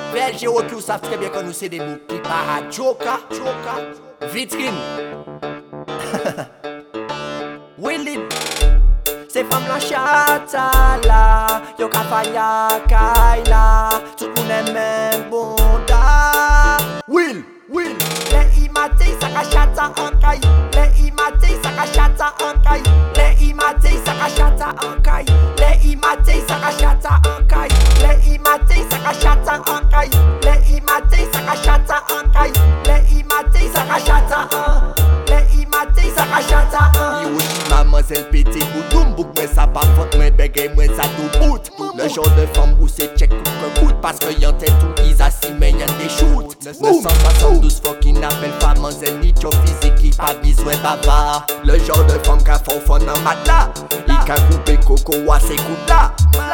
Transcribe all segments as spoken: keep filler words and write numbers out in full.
V L G O Q savent très bien que nous c'est des boucs qui partent. Joker, Joker, vitrine. Willy, c'est femme la chata là, yo ka faya kaila, tout le monde aime même bonda. Will, Will, les imatés ça ka chata en kai, les imatés ça ka chata en kai, les imatés ça ka chata en kai, les imatés ça ka chata en kai, les imatés ça ka chata en kai, les imatés ça ka chata en kai, les imatés ça ka chata en, les imatés ça ka chata en. Yo mademoiselle petit boudoum bouk mais ça pas faute mais bégay moi ça tout bout. Le genre de femme où c'est check coup coûte parce que y'en tête tout ils assis mais y'en des shoot. neuf cent soixante-douze fois qui n'appelle pas mademoiselle ni tcho physique qui pas besoin baba. Le genre de femme qui a fond fond en matelas, il ka couper coco à ses coups là.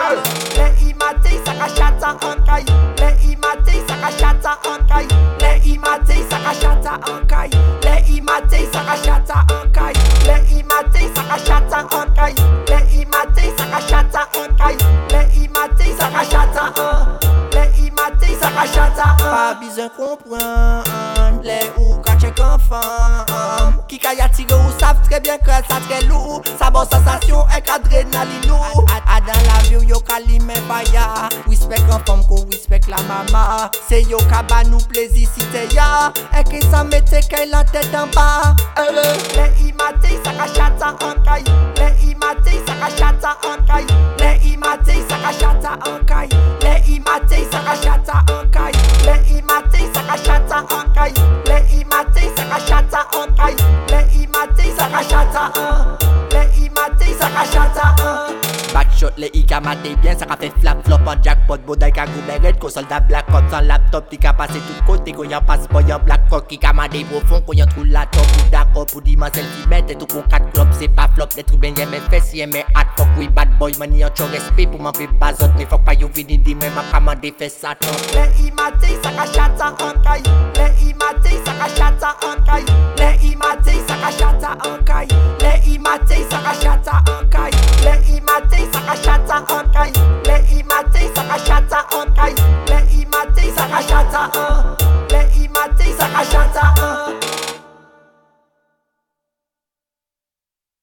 Les imatés ça ka chata en kai, les imatés ça ka chata en kai, les imatés ça ka chata en kai, les imatés ça ka chata en kai, les imatés ça ka chata en kai, les imatés ça ka chata en kai, les imatés ça ka chata en, les imatés ça ka chata en. Pas besoin comprendre les ou ka check enfant qui ka y attirer ou savent très bien que ça très lourd, sa bonne sensation est adrénaline lourd. A dans la vie yo ka li men baya, respect en femme qu'on respect la mama, c'est yo ka ba nous plaisir si te ya, et que ça mette qu'elle la tête en bas. Les imatés ça ka chata en kai, les imatés ça ka chata en kai, les imatés ça ka chata en kai, les imatés ça ka chata en kai, les imatés ça ka chata en kai, les imatés ça ka chata en kai, les imatés ça ka chata en, les imatés ça ka chata en. Backshot les ika maté bien ça ka fait flap flop en jackpot boday ka gouberet ko soldat black cop sans laptop qui ka passé tout côté ko y'en passe boy en black cock qui ka mandé profond ko y'en trou la top ou d'accord pour dire celle qui met et tout pour quatre club c'est pas flop les trucs bien y'a mes fesses y'a mes hot fuck oui bad boy mani en cho respect pour m'en faire bazot mais faut pas yo vini di même à commander fait ça. Les imatés ça ka chata en kai, les imatés